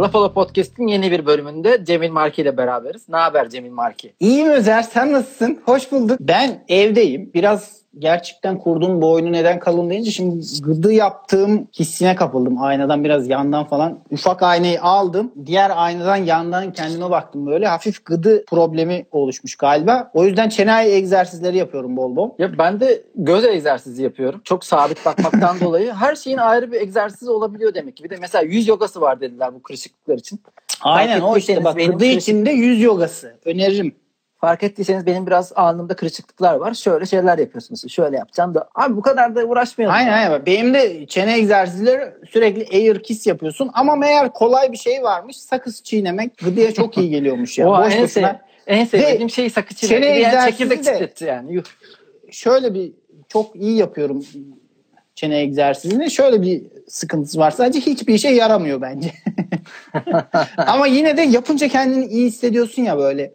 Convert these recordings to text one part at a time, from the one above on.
Laf Ola Podcast'in yeni bir bölümünde Cemil Marki ile beraberiz. Ne haber Cemil Marki? İyiyim Özer, sen nasılsın? Hoş bulduk. Ben evdeyim. Biraz gerçekten kurduğum boynu neden kalın deyince şimdi gıdı yaptığım hissine kapıldım. Aynadan biraz yandan falan. Ufak aynayı aldım. Diğer aynadan yandan kendime baktım böyle. Hafif gıdı problemi oluşmuş galiba. O yüzden çene egzersizleri yapıyorum bol bol. Ya ben de göz egzersizi yapıyorum. Çok sabit bakmaktan dolayı her şeyin ayrı bir egzersizi olabiliyor demek ki. Bir de mesela yüz yogası var dediler bu kırışıklıklar için. Aynen o işte bak gıdı içinde yüz yogası. Öneririm. Fark ettiyseniz benim biraz alnımda kırışıklıklar var. Şöyle şeyler yapıyorsunuz. Şöyle yapacağım da. Abi bu kadar da uğraşmayalım. Aynen. Benim de çene egzersizleri sürekli air kiss yapıyorsun. Ama meğer kolay bir şey varmış. Sakız çiğnemek gıdıya çok iyi geliyormuş ya. Boş en sevdiğim şey sakız çiğnemek. Çene egzersizi çekirdek çitletti yani. Şöyle bir çok iyi yapıyorum çene egzersizini. Şöyle bir sıkıntısı var. Sadece hiçbir işe yaramıyor bence. Ama yine de yapınca kendini iyi hissediyorsun ya böyle.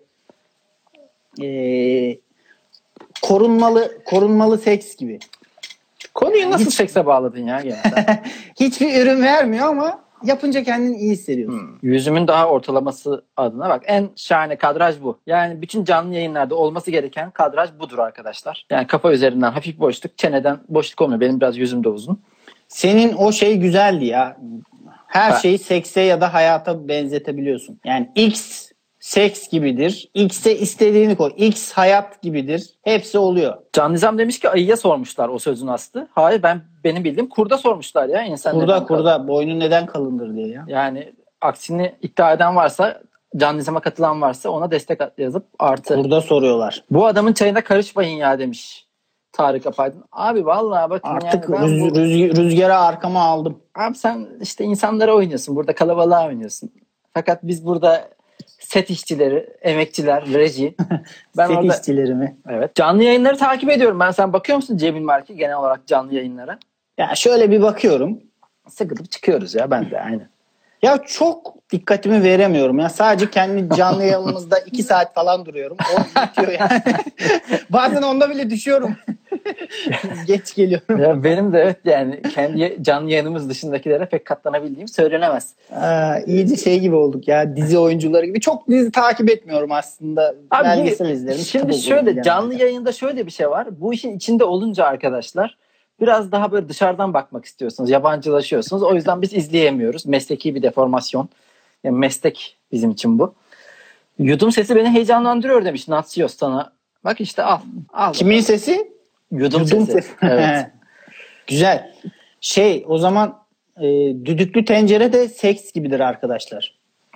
Korunmalı seks gibi. Konuyu nasıl sekse bağladın ya genelde? Hiçbir ürün vermiyor ama yapınca kendini iyi hissediyorsun. Yüzümün daha ortalaması adına bak en şahane kadraj bu. Yani bütün canlı yayınlarda olması gereken kadraj budur arkadaşlar. Yani kafa üzerinden hafif boşluk, çeneden boşluk olmuyor. Benim biraz yüzüm de uzun. Senin o şey güzeldi ya. Her şeyi sekse ya da hayata benzetebiliyorsun. Yani X seks gibidir. X'e istediğini koy. X hayat gibidir. Hepsi oluyor. Can Nizam demiş ki ayıya sormuşlar o sözün aslı. Hayır benim bildiğim kurda sormuşlar ya. İnsan kurda boynu neden kalındır diye ya. Yani aksini iddia eden varsa, Can Nizam'a katılan varsa ona destek yazıp artı. Kurda soruyorlar. Bu adamın çayına karışmayın ya demiş Tarık Apaydın. Abi vallahi bakın artık yani rüzgara arkama aldım. Abi sen işte insanlara oynuyorsun. Burada kalabalığa oynuyorsun. Fakat biz burada set işçileri, emekçiler, reji. Set işçileri mi? Evet. Canlı yayınları takip ediyorum. Sen bakıyor musun Cemil Marki genel olarak canlı yayınlara? Ya şöyle bir bakıyorum. Sıkılıp çıkıyoruz ya ben de aynı. Ya çok dikkatimi veremiyorum. Ya sadece kendi canlı yayınımızda 2 saat falan duruyorum. O bitiyor yani. Bazen onda bile düşüyorum. Geç geliyorum. Ya benim de evet yani kendi canlı yayınımız dışındakilere pek katlanabildiğim söylenemez. İyice şey gibi olduk ya, dizi oyuncuları gibi. Çok dizi takip etmiyorum aslında. Abi, belgesel izlerim. Şimdi şöyle canlı yayında şöyle bir şey var. Bu işin içinde olunca arkadaşlar biraz daha böyle dışarıdan bakmak istiyorsunuz. Yabancılaşıyorsunuz. O yüzden biz izleyemiyoruz. Mesleki bir deformasyon. Yani meslek bizim için bu. Yudum sesi beni heyecanlandırıyor demiş Natsios sana. Bak işte al. Kimin sesi? Yudum sesi. Evet. Güzel. O zaman düdüklü tencere de seks gibidir arkadaşlar.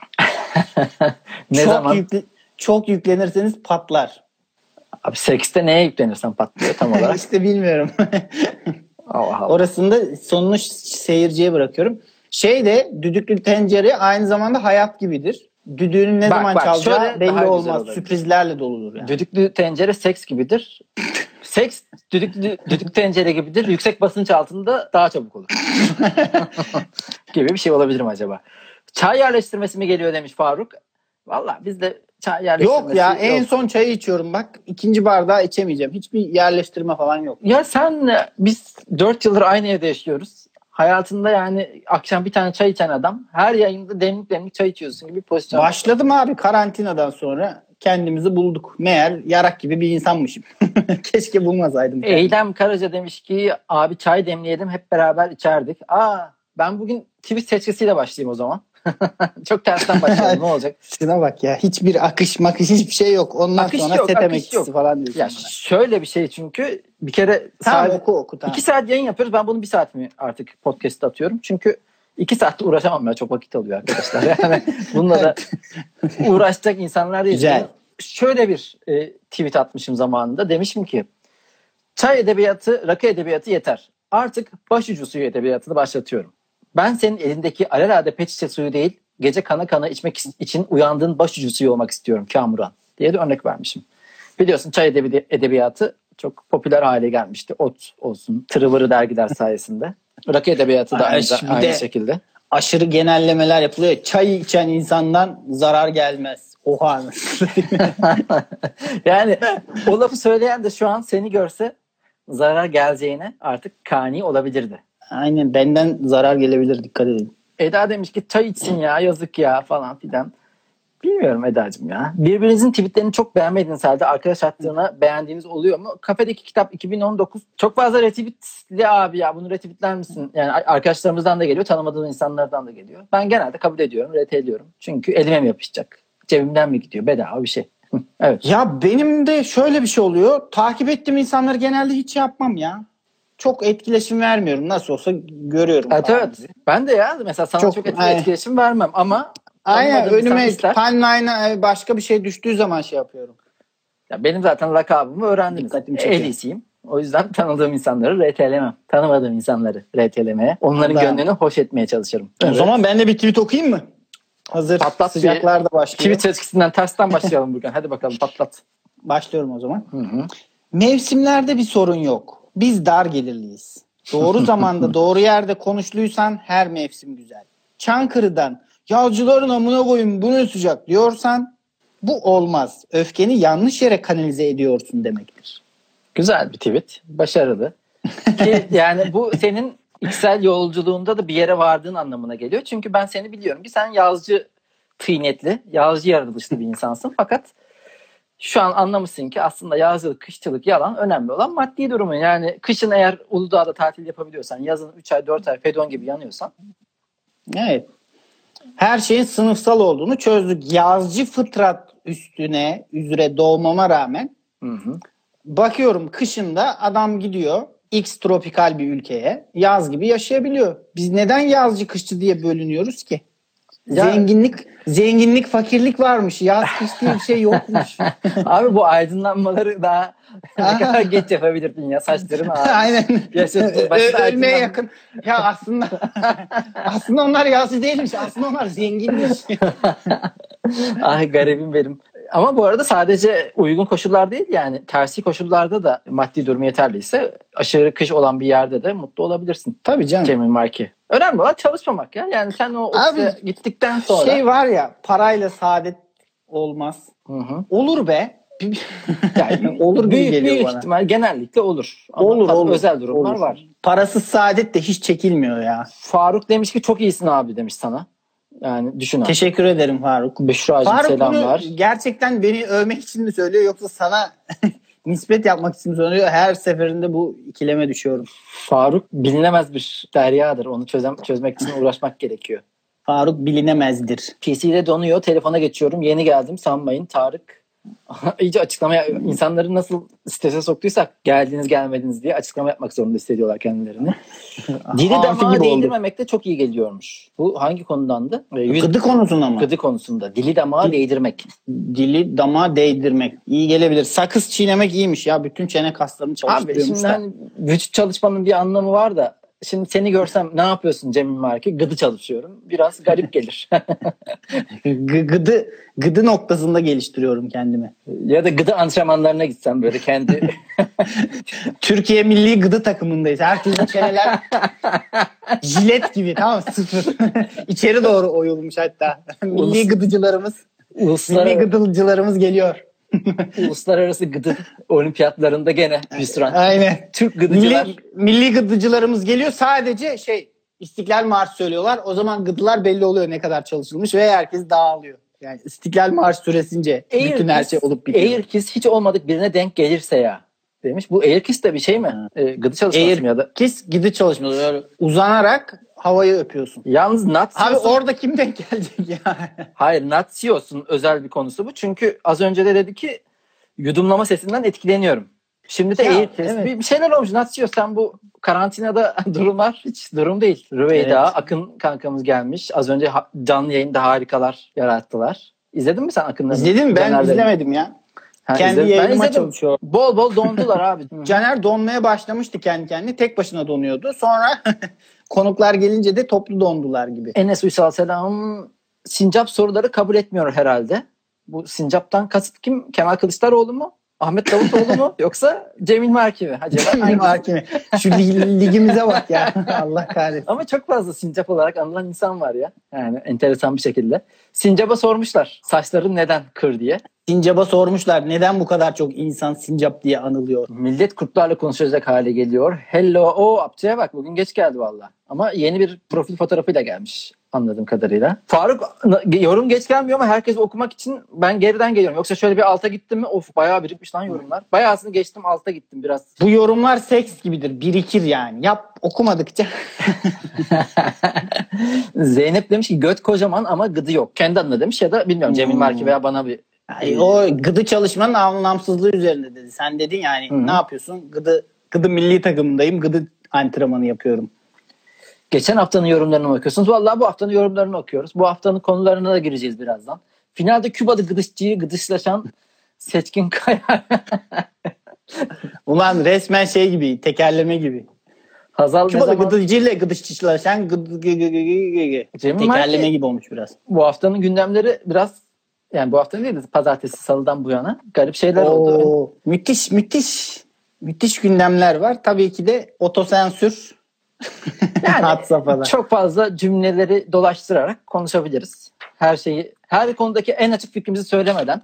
Çok yüklenirseniz patlar. Abi sekste neye yüklenirsen patlıyor tam olarak. İşte bilmiyorum. Allah. Orasını da sonunu seyirciye bırakıyorum. Düdüklü tencere aynı zamanda hayat gibidir. Düdüğünün ne zaman çalacağı belli olmaz. Sürprizlerle doludur yani. Düdüklü tencere seks gibidir. Seks düdüklü tencere gibidir. Yüksek basınç altında daha çabuk olur. Gibi bir şey olabilir mi acaba? Çay yerleştirmesi mi geliyor demiş Faruk. Vallahi biz de çay yerleştirmesi yok ya. En son çayı içiyorum bak. 2. bardağı içemeyeceğim. Hiçbir yerleştirme falan yok. Ya biz 4 yıldır aynı evde yaşıyoruz. Hayatında yani akşam bir tane çay içen adam her yayında demlik çay içiyorsun gibi bir pozisyon. Başladım abi karantinadan sonra kendimizi bulduk. Meğer yarak gibi bir insanmışım. Keşke bulmasaydım. Eylem Karaca demiş ki abi çay demleyelim hep beraber içerdik. Ben bugün Twitch seçkisiyle başlayayım o zaman. Çok tersten başlayalım ne olacak? Şuna bak ya hiçbir akış hiçbir şey yok. Ondan akış sonra set emekçisi falan diyorsun. Ya şöyle bir şey çünkü bir kere oku, tamam. 2 saat yayın yapıyoruz. Ben bunu 1 saat mi artık podcast'te atıyorum. Çünkü 2 saatte uğraşamam ya. Çok vakit alıyor arkadaşlar. Yani bununla da uğraşacak insanlar değil. Güzel. Şöyle bir tweet atmışım zamanında. Demişim ki çay edebiyatı, rakı edebiyatı yeter. Artık başucu suyu edebiyatını başlatıyorum. Ben senin elindeki alelade pet şişe suyu değil, gece kana kana içmek için uyandığın başucu suyu olmak istiyorum Kamuran diye de örnek vermişim. Biliyorsun çay edebiyatı çok popüler hale gelmişti. Ot olsun, tırıvırı dergiler sayesinde. Rakı edebiyatı da aynı şekilde. Aşırı genellemeler yapılıyor. Çay içen insandan zarar gelmez. Oha. Yani o lafı söyleyen de şu an seni görse zarar geleceğine artık kani olabilirdi. Aynen benden zarar gelebilir dikkat edin. Eda demiş ki çay içsin ya, yazık ya falan filan. Bilmiyorum Eda'cığım ya. Birbirinizin tweetlerini çok beğenmediğiniz halde arkadaş attığına beğendiğiniz oluyor mu? Kafedeki kitap 2019 çok fazla retweetli abi ya. Bunu retweetler misin? Yani arkadaşlarımızdan da geliyor, tanımadığımız insanlardan da geliyor. Ben genelde kabul ediyorum, retweetliyorum. Çünkü elime mi yapışacak? Cebimden mi gidiyor? Bedava bir şey. Evet. Ya benim de şöyle bir şey oluyor. Takip ettiğim insanları genelde hiç yapmam ya. Çok etkileşim vermiyorum. Nasıl olsa görüyorum. Evet. Ben de ya mesela sana çok etkileşim vermem ama aynen önüme timeline'a başka bir şey düştüğü zaman şey yapıyorum. Ya benim zaten lakabımı öğrendiniz. Elisiyim. O yüzden tanıdığım insanları RT'lemem. Tanımadığım insanları RT'lemeye. Onların gönlünü hoş etmeye çalışırım. O zaman ben de bir tweet okuyayım mı? Hazır patlat, sıcaklar da başlıyor. Tweet etkisinden tersten başlayalım bugün. Hadi bakalım patlat. Başlıyorum o zaman. Hı. Mevsimlerde bir sorun yok. Biz dar gelirliyiz. Doğru zamanda doğru yerde konuşluysan her mevsim güzel. Çankırı'dan yağcıların amına koyayım bu ne sıcak diyorsan bu olmaz. Öfkeni yanlış yere kanalize ediyorsun demektir. Güzel bir tweet. Başarılı. Ki yani bu senin içsel yolculuğunda da bir yere vardığın anlamına geliyor. Çünkü ben seni biliyorum ki sen yazcı tıynetli, yazcı yaratılışlı bir insansın. Fakat şu an anlamışsın ki aslında yazcılık, kışçılık yalan, önemli olan maddi durumu. Yani kışın eğer Uludağ'da tatil yapabiliyorsan, yazın 3 ay 4 ay fedon gibi yanıyorsan. Evet. Her şeyin sınıfsal olduğunu çözdük. Yazcı fıtrat üzere doğmama rağmen bakıyorum kışında adam gidiyor X tropikal bir ülkeye yaz gibi yaşayabiliyor. Biz neden yazcı kışçı diye bölünüyoruz ki? Ya, zenginlik fakirlik varmış. Yaz kış diye bir şey yokmuş. Abi bu aydınlanmaları daha ne kadar geç yapabilirdin ya, saçların ağrıyor. Aynen. Ölmeye yakın. Ya aslında onlar yazcı değilmiş. Aslında onlar zenginmiş. Ay garibim benim. Ama bu arada sadece uygun koşullar değil, yani tersi koşullarda da maddi durumu yeterliyse aşırı kış olan bir yerde de mutlu olabilirsin. Tabii canım. Cemil Marki. Önemli olan çalışmamak ya. Yani sen o ofise gittikten sonra. Şey var ya, parayla saadet olmaz. Hı. Olur be. Yani olur gibi geliyor büyük bana. Ihtimal genellikle olur. Ama olur. Özel durumlar var. Parasız saadet de hiç çekilmiyor ya. Faruk demiş ki çok iyisin abi demiş sana. Yani düşün abi. Teşekkür ederim Faruk. Büşra'cığım selamlar. Faruk gerçekten beni övmek için mi söylüyor yoksa sana nispet yapmak için mi söylüyor? Her seferinde bu ikileme düşüyorum. Faruk bilinemez bir deryadır. Onu çözmek için uğraşmak gerekiyor. Faruk bilinemezdir. PC'de donuyor. Telefona geçiyorum. Yeni geldim sanmayın. Tarık iyice açıklamaya, insanları nasıl strese soktuysak geldiğiniz gelmediniz diye açıklama yapmak zorunda hissediyorlar kendilerini. Dili damağa değdirmemek de çok iyi geliyormuş. Bu hangi konudandı? Gıdı konusunda mı? Gıdı konusunda. Dili damağa değdirmek. Dili damağa değdirmek. İyi gelebilir. Sakız çiğnemek iyiymiş ya. Bütün çene kaslarını çalıştırıyormuş. Abi şimdi hani vücut çalışmanın bir anlamı var da şimdi seni görsem ne yapıyorsun Cemil Marki? Gıdı çalışıyorum. Biraz garip gelir. Gıdı noktasında geliştiriyorum kendimi. Ya da gıdı antrenmanlarına gitsem böyle kendi. Türkiye milli gıdı takımındayız. Herkesin çeneler jilet gibi, tamam mı? Sıfır. İçeri doğru oyulmuş hatta. Milli gıdıcılarımız geliyor. Uluslararası gıdı olimpiyatlarında gene hüsran. Aynen. Türk gıdıcılar. Milli gıdıcılarımız geliyor. Sadece İstiklal Marşı söylüyorlar. O zaman gıdılar belli oluyor ne kadar çalışılmış ve herkes dağılıyor. Yani İstiklal Marşı süresince bütün her şey olup bitiyor. Airkiss hiç olmadık birine denk gelirse ya demiş. Bu Airkiss de bir şey mi? Gıdı çalışması mı ya da? Airkiss gıdı çalışması. Öyle uzanarak havayı öpüyorsun. Yalnız Natsios'un... Abi orada kim denk gelecek ya? Hayır, Natsios'un özel bir konusu bu. Çünkü az önce de dedi ki yudumlama sesinden etkileniyorum. Şimdi de Airkiss. Evet. Bir şeyler olmuş. Natsios, sen bu karantinada durumlar hiç durum değil. Rüveyda, evet. Akın kankamız gelmiş. Az önce canlı yayında harikalar yarattılar. İzledin mi sen Akın'ları? İzledim, ben izlemedim ya. Kendi yayınıma çalışıyor. Bol bol dondular abi. Caner donmaya başlamıştı kendi kendine. Tek başına donuyordu. Sonra konuklar gelince de toplu dondular gibi. Enes Uysal selam. Sincap soruları kabul etmiyor herhalde. Bu Sincap'tan kasıt kim? Kemal Kılıçdaroğlu mu? Ahmet Davutoğlu mu? Yoksa Cemil Marki mi? Cemil Marki mi? Şu ligimize bak ya. Allah kahretsin. Ama çok fazla sincap olarak anılan insan var ya. Yani enteresan bir şekilde. Sincap'a sormuşlar saçların neden kır diye. Sincap'a sormuşlar neden bu kadar çok insan sincap diye anılıyor. Millet kurtlarla konuşacak hale geliyor. Hello. Apçı'ya bak, bugün geç geldi valla. Ama yeni bir profil fotoğrafıyla gelmiş anladığım kadarıyla. Faruk, yorum geç gelmiyor ama herkes okumak için ben geriden geliyorum. Yoksa şöyle bir alta gittim mi? Of, bayağı birikmiş lan yorumlar. Bayağısını geçtim, alta gittim biraz. Bu yorumlar seks gibidir. Birikir yani. Yap okumadıkça. Zeynep demiş ki göt kocaman ama gıdı yok. Kendi adına demiş ya da bilmiyorum Cemil Marki veya bana bir... O gıdı çalışmanın anlamsızlığı üzerinde dedi. Sen dedin yani ne yapıyorsun? Gıdı milli takımındayım. Gıdı antrenmanı yapıyorum. Geçen haftanın yorumlarını okuyorsunuz. Vallahi bu haftanın yorumlarını okuyoruz. Bu haftanın konularına da gireceğiz birazdan. Finalde Küba'da gıdışçıyı gıdışlaşan Seçkin Kaya. Ulan resmen şey gibi, tekerleme gibi. Hazal Küba'da gıdıcıyla gıdışçılaşan tekerleme gibi olmuş biraz. Bu haftanın gündemleri biraz, yani bu hafta değil de pazartesi, salıdan bu yana garip şeyler oldu. Müthiş gündemler var. Tabii ki de otosensür. Yani çok fazla cümleleri dolaştırarak konuşabiliriz. Her şeyi, her konudaki en açık fikrimizi söylemeden.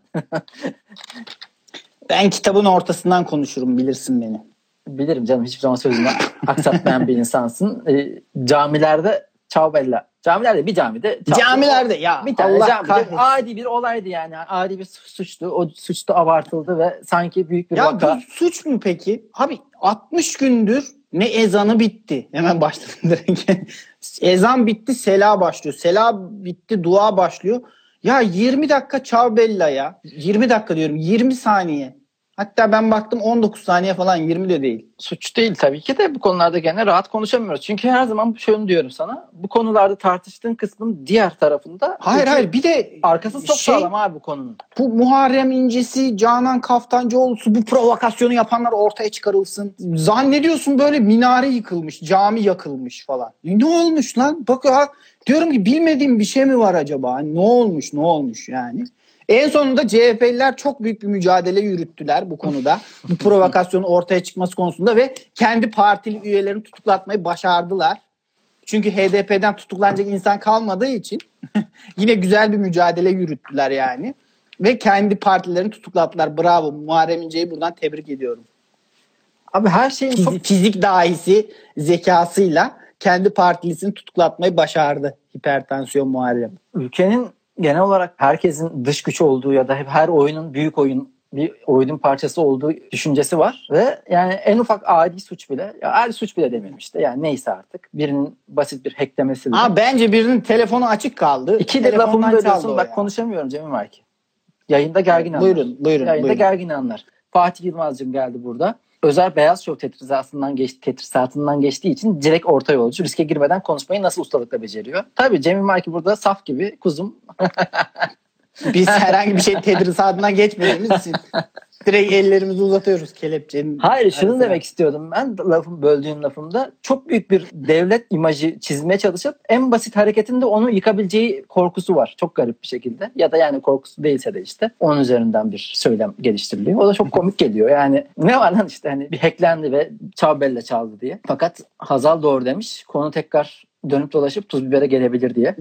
Ben kitabın ortasından konuşurum, bilirsin beni. Bilirim canım, hiçbir zaman sözünü aksatmayan bir insansın. Camilerde Ciao Camilerde, bir camide. Camilerde ya. Bir tane camide adi bir olaydı yani. Adi bir suçtu. O suçtu abartıldı ve sanki büyük bir vaka. Ya bu suç mu peki? Abi 60 gündür ne ezanı bitti. Hemen başladım direkt. Ezan bitti, sela başlıyor. Sela bitti, dua başlıyor. Ya 20 dakika Ciao Bella ya. 20 dakika diyorum, 20 saniye. Hatta ben baktım 19 saniye falan, 20 de değil. Suç değil tabii ki de bu konularda gene rahat konuşamıyoruz. Çünkü her zaman şöyle diyorum sana. Bu konularda tartıştığın kısmın diğer tarafında. Hayır bir de arkası çok sağlam abi bu konunun. Bu Muharrem İnce'si, Canan Kaftancıoğlu'su, bu provokasyonu yapanlar ortaya çıkarılsın. Zannediyorsun böyle minare yıkılmış, cami yakılmış falan. Ne olmuş lan? Bak ya, diyorum ki bilmediğim bir şey mi var acaba? Ne olmuş yani? En sonunda CHP'liler çok büyük bir mücadele yürüttüler bu konuda. Bu provokasyonun ortaya çıkması konusunda ve kendi partili üyelerini tutuklatmayı başardılar. Çünkü HDP'den tutuklanacak insan kalmadığı için yine güzel bir mücadele yürüttüler yani. Ve kendi partilerini tutuklattılar. Bravo. Muharrem İnce'yi buradan tebrik ediyorum. Abi her şeyin fizik dahisi zekasıyla kendi partilisini tutuklatmayı başardı. Hipertansiyon Muharrem. Ülkenin genel olarak herkesin dış güç olduğu ya da her oyunun büyük bir oyunun parçası olduğu düşüncesi var ve yani en ufak adi suç bile, ya adi suç bile demeyelim işte, yani neyse artık birinin basit bir hacklemesi bile. Bence birinin telefonu açık kaldı. İki de lafımı bölüyorsun, bak konuşamıyorum Cemil Marki. Yayında gergin anlar. Buyurun. Gergin anlar. Fatih Yılmaz'cığım geldi burada. Özel Beyaz Show tetrisatından geçtiği için direkt orta yolcu, riske girmeden konuşmayı nasıl ustalıkla beceriyor. Tabii Cemil Marki burada saf gibi kuzum. Biz herhangi bir şey tedrisatından geçmediğimiz için direkt ellerimizi uzatıyoruz kelepçenin. Hayır, şunu demek istiyordum ben böldüğüm lafımda. Çok büyük bir devlet imajı çizmeye çalışıp en basit hareketinde onu yıkabileceği korkusu var. Çok garip bir şekilde. Ya da yani korkusu değilse de işte onun üzerinden bir söylem geliştiriliyor. O da çok komik geliyor. Yani ne var lan işte, hani bir hacklendi ve Ciao Bella çaldı diye. Fakat Hazal doğru demiş. Konu tekrar dönüp dolaşıp tuz bibere gelebilir diye.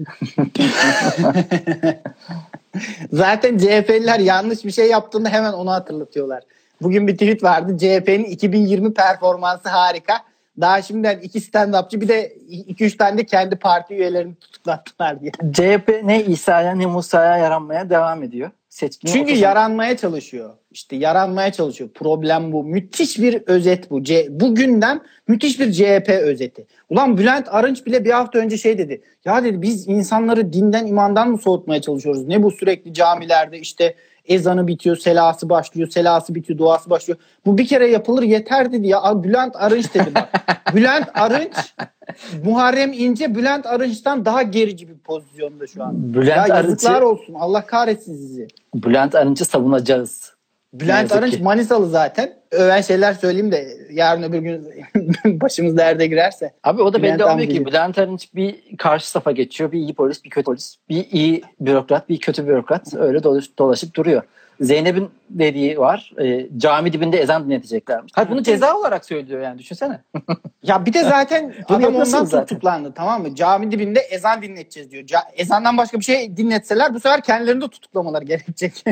Zaten CHP'liler yanlış bir şey yaptığında hemen onu hatırlatıyorlar. Bugün bir tweet vardı. CHP'nin 2020 performansı harika. Daha şimdiden 2 stand-upçı, bir de 2-3 tane de kendi parti üyelerini tutuklattılar diye. CHP ne İsa'ya ne Musa'ya yaranmaya devam ediyor. Çünkü yaranmaya çalışıyor. İşte yaranmaya çalışıyor. Problem bu. Müthiş bir özet bu. Bugünden müthiş bir CHP özeti. Ulan Bülent Arınç bile bir hafta önce şey dedi. Ya dedi, biz insanları dinden imandan mı soğutmaya çalışıyoruz? Ne bu sürekli camilerde işte ezanı bitiyor, selası başlıyor, selası bitiyor, duası başlıyor. Bu bir kere yapılır yeter dedi ya. Bülent Arınç dedi bak. Bülent Arınç, Muharrem İnce Bülent Arınç'tan daha gerici bir pozisyonda şu an. Yazıklar olsun. Allah kahretsin sizi. Bülent Arınç'ı savunacağız. Bülent Arınç Manisalı zaten. Öven şeyler söyleyeyim de yarın öbür gün başımız derde girerse. Abi o da belli olmuyor ki. Bülent Arınç bir karşı safa geçiyor. Bir iyi polis, bir kötü polis. Bir iyi bürokrat, bir kötü bürokrat. Öyle dolaşıp duruyor. Zeynep'in dediği var. Cami dibinde ezan dinleteceklermiş. Hayır, bunu ceza olarak söylüyor yani, düşünsene. Ya bir de zaten adam ondan tutuklandı, tamam mı? Cami dibinde ezan dinleteceğiz diyor. Ezandan başka bir şey dinletseler bu sefer kendilerini de tutuklamaları gerekecek.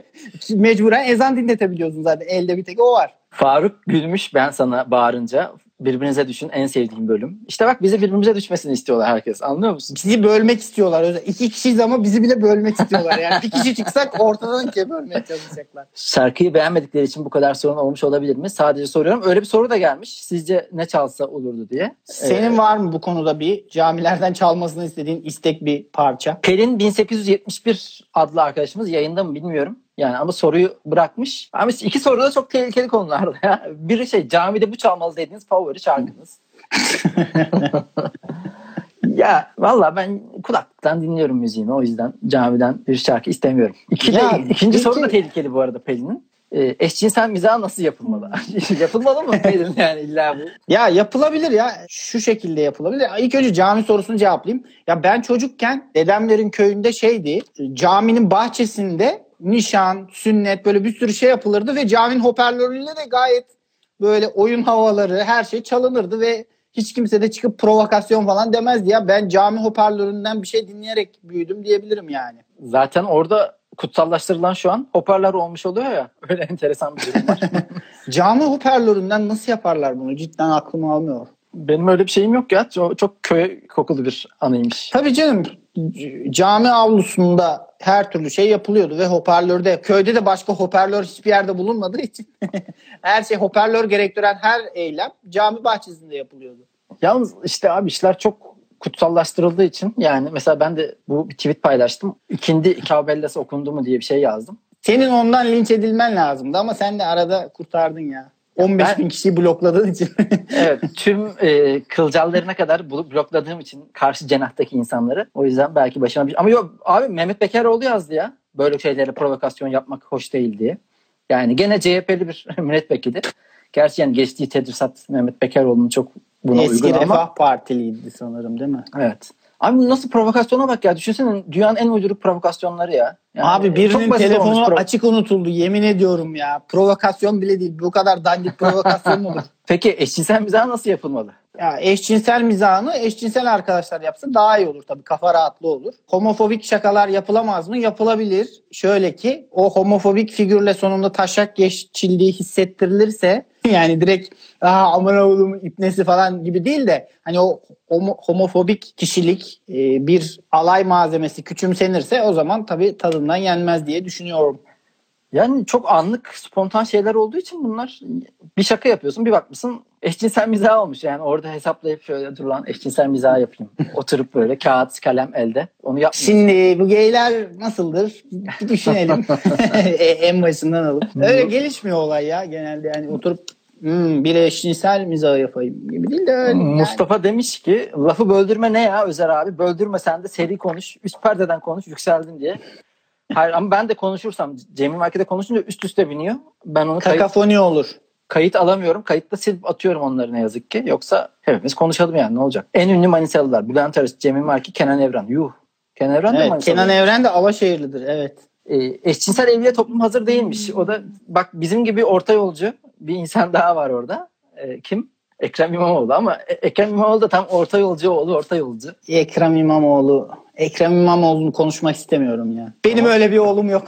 Mecburen ezan dinletebiliyorsun zaten. Elde bir tek o var. Faruk gülmüş ben sana bağırınca. Birbirinize düşün, en sevdiğim bölüm. İşte bak, bizi birbirimize düşmesini istiyorlar herkes. Anlıyor musun? Bizi bölmek istiyorlar. 2 kişiyiz ama bizi bile bölmek istiyorlar. Yani bir kişi çıksak ortadan ikiye bölmeye çalışacaklar. Şarkıyı beğenmedikleri için bu kadar sorun olmuş olabilir mi? Sadece soruyorum. Öyle bir soru da gelmiş. Sizce ne çalsa olurdu diye. Senin var mı bu konuda bir camilerden çalmasını istediğin istek bir parça? Pelin 1871 adlı arkadaşımız yayında mı bilmiyorum. Yani ama soruyu bırakmış. Ama 2 soru da çok tehlikeli konularda ya. Biri camide bu çalmalı dediğiniz favori şarkınız. Ya valla ben kulaklıktan dinliyorum müziğimi. O yüzden camiden bir şarkı istemiyorum. İkinci soru da tehlikeli bu arada Pelin'in. Eşcinsel mizah nasıl yapılmalı? Yapılmalı mı Pelin yani illa bu? Ya yapılabilir ya. Şu şekilde yapılabilir. İlk önce cami sorusunu cevaplayayım. Ya ben çocukken dedemlerin köyünde caminin bahçesinde nişan, sünnet böyle bir sürü şey yapılırdı ve caminin hoparlörüyle de gayet böyle oyun havaları her şey çalınırdı ve hiç kimse de çıkıp provokasyon falan demezdi ya. Ben cami hoparlöründen bir şey dinleyerek büyüdüm diyebilirim yani. Zaten orada kutsallaştırılan şu an hoparlör olmuş oluyor ya. Öyle enteresan bir durum var. Cami hoparlöründen nasıl yaparlar bunu? Cidden aklım almıyor. Benim öyle bir şeyim yok ya. Çok köy kokulu bir anıymış. Tabii canım. Cami avlusunda her türlü şey yapılıyordu ve hoparlörde, köyde de başka hoparlör hiçbir yerde bulunmadığı için her şey hoparlör gerektiren her eylem cami bahçesinde yapılıyordu. Yalnız işte abi işler çok kutsallaştırıldığı için yani mesela ben de bir tweet paylaştım. İkindi Kavbellası okundu mu diye bir şey yazdım. Senin ondan linç edilmen lazımdı ama sen de arada kurtardın ya. 15.000 kişiyi blokladığın için. Evet, tüm kılcallarına kadar blokladığım için karşı cenahtaki insanları. O yüzden belki başıma bir... Ama yok abi, Mehmet Bekeroğlu yazdı ya. Böyle şeylere provokasyon yapmak hoş değil diye. Yani gene CHP'li bir milletvekili. Gerçi yani geçtiği tedrisat Mehmet Bekeroğlu'nun çok buna uygun ama. Eski Refah Partiliydi sanırım değil mi? Evet. Abi nasıl provokasyona bak ya. Düşünsene dünyanın en uyduruk provokasyonları ya. Yani abi birinin telefonu açık unutuldu. Yemin ediyorum ya. Provokasyon bile değil. Bu kadar dandik provokasyon mu olur? Peki eşcinsel mizah nasıl yapılmalı? Ya eşcinsel mizahını eşcinsel arkadaşlar yapsın daha iyi olur tabii. Kafa rahatlığı olur. Homofobik şakalar yapılamaz mı? Yapılabilir. Şöyle ki o homofobik figürle sonunda taşak geçildiği hissettirilirse yani direkt aman oğlum ipnesi falan gibi değil de hani o homofobik kişilik bir alay malzemesi küçümsenirse o zaman tabii tadından yenmez diye düşünüyorum. Yani çok anlık, spontan şeyler olduğu için bunlar, bir şaka yapıyorsun, bir bakmışsın eşcinsel mizah olmuş. Yani orada hesaplayıp şöyle dur lan eşcinsel mizah yapayım. Oturup böyle kağıt, kalem elde. Onu yapmıyorsun. Şimdi bu geyler nasıldır? Bir düşünelim. En başından alıp. Öyle gelişmiyor olay ya genelde yani oturup bir eşcinsel mizah yapayım gibi değil de öyle. Mustafa demiş ki lafı böldürme ne ya Özer abi? Böldürme sen de seri konuş. Üst perdeden konuş yükseldin diye. Hayır ama ben de konuşursam Cemil Market'e konuşunca üst üste biniyor. Ben onu kakafoni olur. Kayıt alamıyorum. Kayıtta silip atıyorum onları ne yazık ki. Yoksa hepimiz konuşalım yani ne olacak? En ünlü Manisalılar. Bülent Arıç, Cemil Marki, Kenan Evren. Yuh. Kenan Evren de Manisalı. Kenan Evren de Alaşehirlidir. Evet. Eşcinsel evliliğe toplum hazır değilmiş. O da bak bizim gibi orta yolcu bir insan daha var orada. Kim? Ekrem İmamoğlu ama Ekrem İmamoğlu da tam orta yolcu oğlu, orta yolcu. Ekrem İmamoğlu'nu konuşmak istemiyorum ya. Benim öyle bir oğlum yok.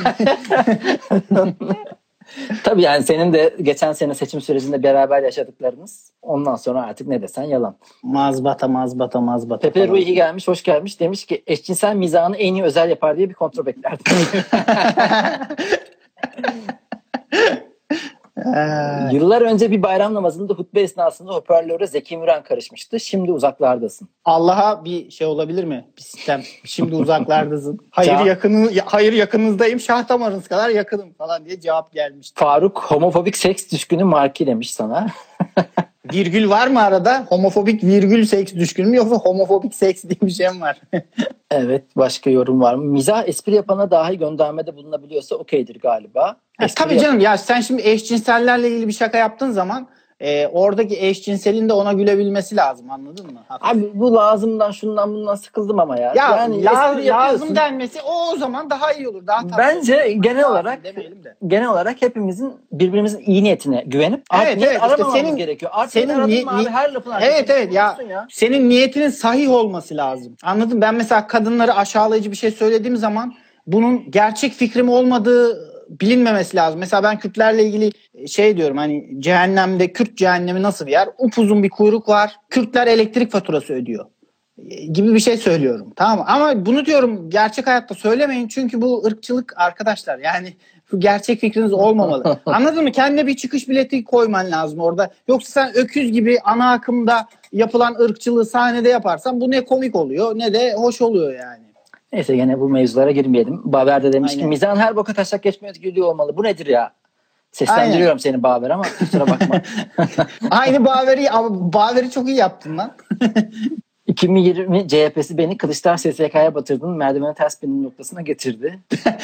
Tabii yani senin de geçen sene seçim sürecinde beraber yaşadıklarınız. Ondan sonra artık ne desen yalan. Mazbata. Pepe Ruhi gelmiş, hoş gelmiş. Demiş ki eşcinsel mizahını en iyi Özel yapar diye bir kontrol beklerdim. Yıllar önce bir bayram namazında hutbe esnasında hoparlöre Zeki Müren karışmıştı. Şimdi uzaklardasın. Allah'a bir şey olabilir mi? Bir sistem. Şimdi uzaklardasın. Hayır yakınınızdayım. Şah damarınız kadar yakınım falan diye cevap gelmişti. Faruk homofobik seks düşkünü Marki demiş sana. Virgül var mı arada? Homofobik virgül seks düşkünü mü yoksa homofobik seks diye bir şey mi var? Evet, başka yorum var mı? Mizah espri yapana dahi göndermede bulunabiliyorsa okeydir galiba. Tabii canım ya sen şimdi eşcinsellerle ilgili bir şaka yaptığın zaman oradaki eşcinselin de ona gülebilmesi lazım, anladın mı? Abi bu lazımdan şundan bundan sıkıldım ama ya. Yani lazım denmesi o zaman daha iyi olur. Daha bence genel olarak hepimizin birbirimizin iyi niyetine güvenip aramamamız gerekiyor. Her lafın evet ya. Senin niyetinin sahih olması lazım. Anladın? Ben mesela kadınları aşağılayıcı bir şey söylediğim zaman bunun gerçek fikrim olmadığı bilinmemesi lazım. Mesela ben Kürtlerle ilgili şey diyorum, hani cehennemde, Kürt cehennemi nasıl bir yer? Upuzun bir kuyruk var. Kürtler elektrik faturası ödüyor gibi bir şey söylüyorum. Tamam mı? Ama bunu diyorum gerçek hayatta söylemeyin, çünkü bu ırkçılık arkadaşlar. Yani bu gerçek fikriniz olmamalı. Anladın mı? Kendine bir çıkış bileti koyman lazım orada. Yoksa sen öküz gibi ana akımda yapılan ırkçılığı sahnede yaparsan bu ne komik oluyor ne de hoş oluyor yani. Neyse gene bu mevzulara girmeyelim. Baver de demiş ki Aynen. mizahın her boka taşak geçme özgürlüğü olmalı. Bu nedir ya? Seslendiriyorum seni Baver ama kusura bakma. Aynı Baver'i çok iyi yaptın lan. 2020 CHP'si beni Kılıçdaroğlu SSK'ya batırdın. Merdiveni ters benim noktasına getirdi.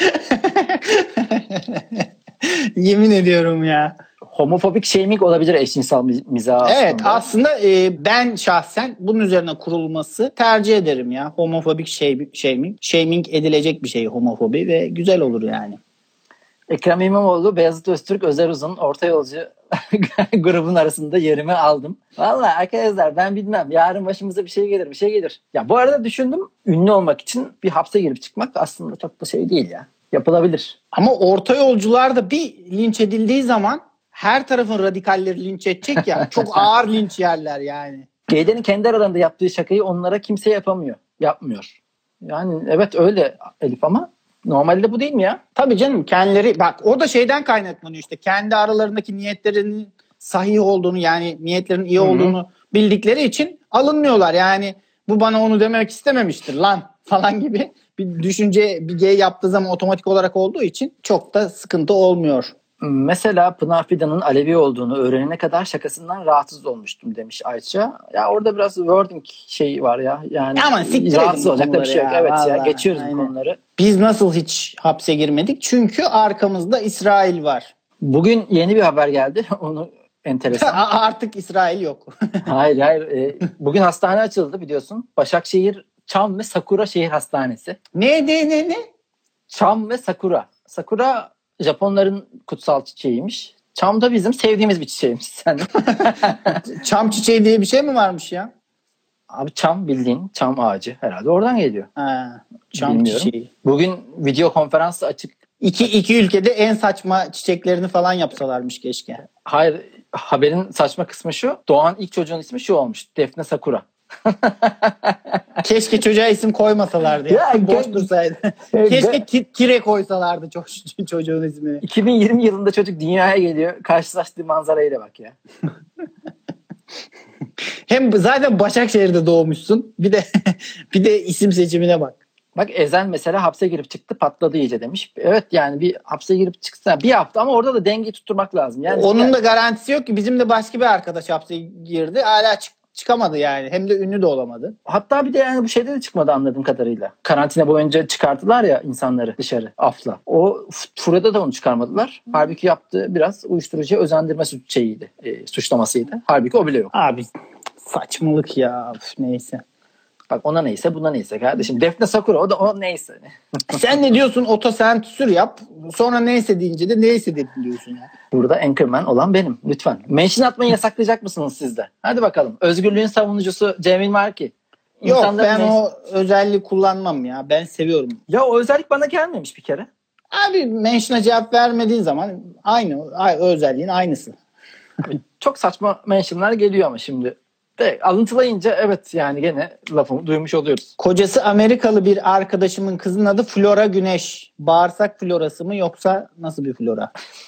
Yemin ediyorum ya. Homofobik shaming olabilir eşcinsel mizah Evet, aslında. ben şahsen bunun üzerine kurulması tercih ederim ya. Homofobik shaming edilecek bir şey homofobi ve güzel olur yani. Ekrem İmamoğlu, Beyazıt Öztürk, Özer Uzun orta yolcu grubun arasında yerimi aldım. Vallahi arkadaşlar ben bilmem. Yarın başımıza bir şey gelir. Ya bu arada düşündüm. Ünlü olmak için bir hapse girip çıkmak aslında çok da şey değil ya. Yapılabilir. Ama orta yolcular da bir linç edildiği zaman her tarafın radikalleri linç edecek ya. Çok ağır linç yerler yani. Gaylerin kendi aralarında yaptığı şakayı onlara kimse yapmıyor. Yani evet öyle Elif ama normalde bu değil mi ya? Tabii canım, kendileri bak o da şeyden kaynaklanıyor işte. Kendi aralarındaki niyetlerinin sahih olduğunu, yani niyetlerin iyi olduğunu bildikleri için alınmıyorlar. Yani bu bana onu demek istememiştir lan falan gibi bir düşünce bir gay yaptığı zaman otomatik olarak olduğu için çok da sıkıntı olmuyor. Mesela Pınar Fidan'ın Alevi olduğunu öğrenene kadar şakasından rahatsız olmuştum demiş Ayça. Ya orada biraz wording şey var ya. Yani ama siktir rahatsız olacak da bir şey yok. Evet vallahi, ya geçiyoruz aynen. bu konuları. Biz nasıl hiç hapse girmedik? Çünkü arkamızda İsrail var. Bugün yeni bir haber geldi. Onu enteresan. Artık İsrail yok. Hayır. Bugün hastane açıldı biliyorsun. Başakşehir Çam ve Sakura Şehir Hastanesi. Ne? Çam ve Sakura. Sakura Japonların kutsal çiçeğiymiş. Çam da bizim sevdiğimiz bir çiçeğimiz. Sen Çam çiçeği diye bir şey mi varmış ya? Abi çam bildiğin çam ağacı herhalde oradan geliyor. Çam Bilmiyorum. çiçeği. Bugün video konferans açık. İki ülkede en saçma çiçeklerini falan yapsalarmış keşke. Hayır, haberin saçma kısmı şu. Doğan ilk çocuğun ismi şu olmuş. Defne Sakura. Keşke çocuğa isim koymasalardı. Ya, boş dursaydı. Keşke Kire koysalardı çocuğun ismini. 2020 yılında çocuk dünyaya geliyor. Karşılaştığı manzarayla bak ya. Hem zaten Başakşehir'de doğmuşsun. Bir de isim seçimine bak. Bak Ezel mesela hapse girip çıktı patladı iyice demiş. Evet yani bir hapse girip çıksa bir hafta ama orada da dengeyi tutturmak lazım. Yani onun da garantisi yok ki. Bizim de başka bir arkadaş hapse girdi. Hala çıkamadı yani. Hem de ünlü de olamadı. Hatta bir de yani bu şeyde de çıkmadı anladığım kadarıyla. Karantina boyunca çıkarttılar ya insanları dışarı afla. O furada da onu çıkarmadılar. Halbuki yaptığı biraz uyuşturucuya özendirme suçlamasıydı. Halbuki o bile yok. Abi saçmalık ya. Neyse. Bak ona neyse buna neyse kardeşim. Defne Sakura o neyse. Sen ne diyorsun? Otosentüsür yap. Sonra neyse deyince de neyse dedin diyorsun ya. Burada anchorman olan benim. Lütfen. Mention atmayı yasaklayacak mısınız siz de? Hadi bakalım. Özgürlüğün savunucusu Cemil Marki. Yok ben o özelliği kullanmam ya. Ben seviyorum. Ya o özellik bana gelmemiş bir kere. Abi mention'a cevap vermediğin zaman o özelliğin aynısı. Çok saçma mentionlar geliyor ama şimdi. De alıntılayınca evet yani gene lafımı duymuş oluyoruz. Kocası Amerikalı bir arkadaşımın kızının adı Flora Güneş. Bağırsak florası mı yoksa nasıl bir flora?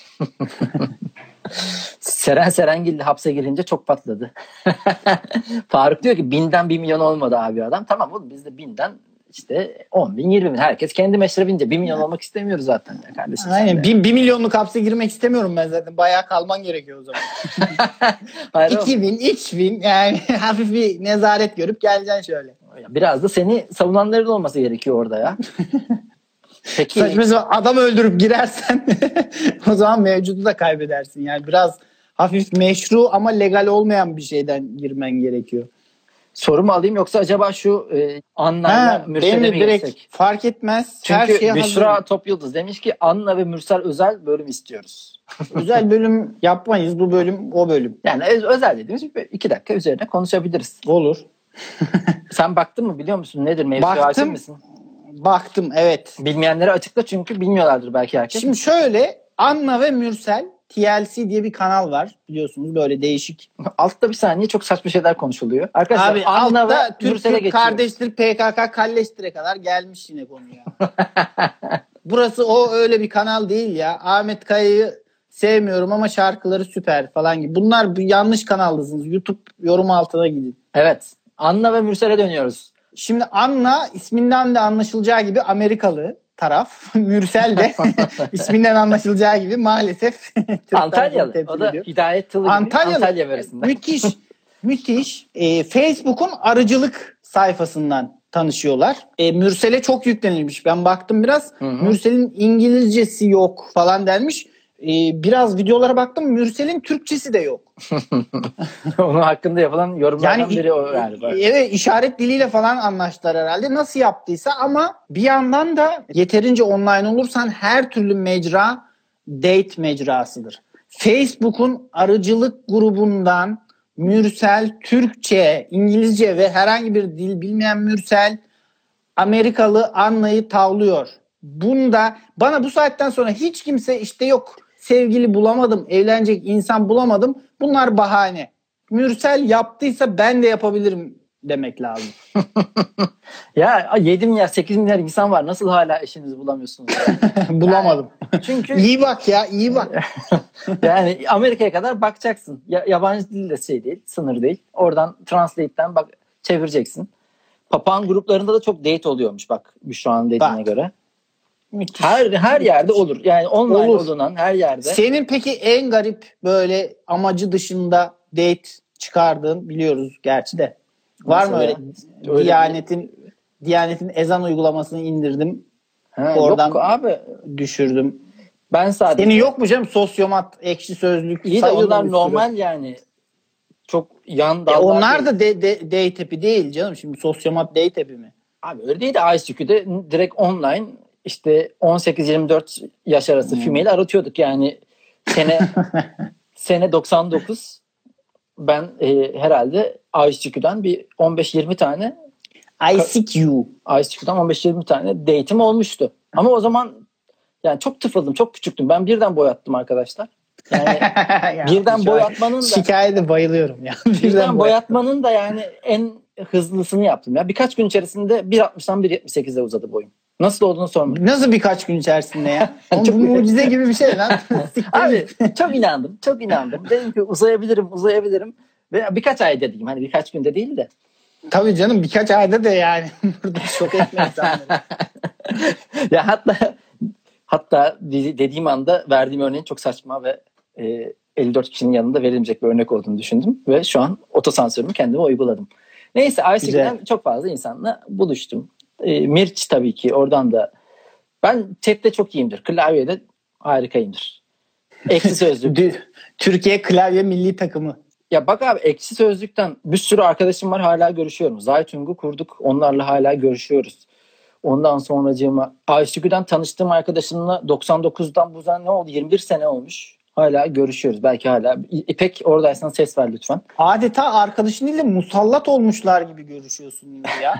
Seren Serengil de hapse girince çok patladı. Faruk diyor ki 1000'den 1 milyon olmadı abi adam. Tamam oğlum biz de 1000'den işte 10 bin 20 bin. Herkes kendi meşrebince 1 milyon olmak istemiyoruz zaten ya kardeşim. Aynen 1 milyonluk hapse girmek istemiyorum ben zaten. Bayağı kalman gerekiyor o zaman. 2 bin 3 bin yani hafif bir nezaret görüp geleceksin şöyle. Biraz da seni savunanların olması gerekiyor orada ya. Peki. Saçma adam öldürüp girersen o zaman mevcudu da kaybedersin. Yani biraz hafif meşru ama legal olmayan bir şeyden girmen gerekiyor. Sorumu alayım yoksa acaba şu Anna'yla Mürsel'e mi girsek? Fark etmez. Çünkü her şeye Büşra hazır. Topyıldız demiş ki Anna ve Mürsel özel bölüm istiyoruz. Özel bölüm yapmayız. Bu bölüm o bölüm. Yani özel dediğimiz 2 dakika üzerine konuşabiliriz. Olur. Sen baktın mı biliyor musun? Nedir mevzu? Hakim misin? Baktım, evet. Bilmeyenlere açıkla çünkü bilmiyorlardır belki herkes. Şimdi şöyle, Anna ve Mürsel TLC diye bir kanal var biliyorsunuz, böyle değişik. Altta bir saniye çok saçma şeyler konuşuluyor. Arkadaşlar Abi Anna altta ve Mürsel'e Türk kardeştir, PKK kalleştir'e kadar gelmiş yine konu ya. Burası o öyle bir kanal değil ya. Ahmet Kaya'yı sevmiyorum ama şarkıları süper falan gibi. Bunlar yanlış kanaldasınız. YouTube yorum altına gidin. Evet. Anna ve Mürsel'e dönüyoruz. Şimdi Anna isminden de anlaşılacağı gibi Amerikalı taraf. Mürsel de isminden anlaşılacağı gibi maalesef Antalyalı. O da Hidayet Tılı gibi Antalya verisinde. Müthiş. Müthiş. Facebook'un arıcılık sayfasından tanışıyorlar. Mürsel'e çok yüklenilmiş. Ben baktım biraz. Hı-hı. Mürsel'in İngilizcesi yok falan denmiş. Biraz videolara baktım. Mürsel'in Türkçesi de yok. Onun hakkında yapılan yorumlardan biri o galiba. Evet, işaret diliyle falan anlaştılar herhalde. Nasıl yaptıysa, ama bir yandan da yeterince online olursan her türlü mecra date mecrasıdır. Facebook'un arıcılık grubundan Mürsel Türkçe, İngilizce ve herhangi bir dil bilmeyen Mürsel Amerikalı Anna'yı tavlıyor. Bunda bana bu saatten sonra hiç kimse işte yok sevgili bulamadım, evlenecek insan bulamadım, bunlar bahane. Mürsel yaptıysa ben de yapabilirim demek lazım. Ya 7 milyar 8 milyar insan var. Nasıl hala eşinizi bulamıyorsunuz? Bulamadım. Yani, çünkü iyi bak ya, iyi bak. Yani Amerika'ya kadar bakacaksın. Yabancı dil de şey değil, sınır değil. Oradan Translate'ten bak çevireceksin. Papağan gruplarında da çok date oluyormuş bak Büşra'nın dediğine göre. Müthiş. Her yerde olur. Yani online olunan her yerde. Senin peki en garip böyle amacı dışında date çıkardığın, biliyoruz gerçi de. Var mı öyle Diyanet'in ezan uygulamasını indirdim. Oradan yok abi, düşürdüm. Ben sadece. Senin yok mu canım Sosyomat, Ekşi Sözlük? İyi de onlar normal yani. Çok yan dallar. Onlar da date app'i değil canım. Şimdi Sosyomat date app'i mi? Abi öyle değil de ICQ'de direkt online işte 18-24 yaş arası fümeyle aratıyorduk yani. Sene 99 ben herhalde ICQ'dan bir 15-20 tane ICQ'dan 15-20 tane date'im olmuştu. Ama o zaman yani çok tıfıldım, çok küçüktüm. Ben birden boy attım arkadaşlar. Yani birden boy atmanın da şikayete bayılıyorum ya. Birden boy atmanın da yani en hızlısını yaptım ya. Birkaç gün içerisinde 1.60'dan 1.78'e uzadı boyum. Nasıl olduğunu sorma. Nasıl birkaç gün içerisinde ya? Bu mucize gibi bir şey lan. Abi çok inandım. Dedim ki uzayabilirim. Ve birkaç ay dediğim, hani birkaç günde değil de. Tabii canım, birkaç ayda da yani. Burada şok etme insanları. Ya hatta dediğim anda verdiğim örneğin çok saçma ve 54 kişinin yanında verilecek bir örnek olduğunu düşündüm. Ve şu an otosansörümü kendime uyguladım. Neyse ICQ'den çok fazla insanla buluştum. Mirç tabii ki oradan da. Ben chatte çok iyiyimdir. Klavyede harikayımdır. Ekşi Sözlük. Türkiye klavye milli takımı. Ya bak abi, Ekşi Sözlük'ten bir sürü arkadaşım var, hala görüşüyorum. Zaytung'u kurduk, onlarla hala görüşüyoruz. Ondan sonracığıma ICQ'dan tanıştığım arkadaşımla 99'dan bu zaman ne oldu? 21 sene olmuş. Hala görüşüyoruz. Belki hala. İpek oradaysan ses ver lütfen. Adeta arkadaşın ile musallat olmuşlar gibi görüşüyorsunuz ya.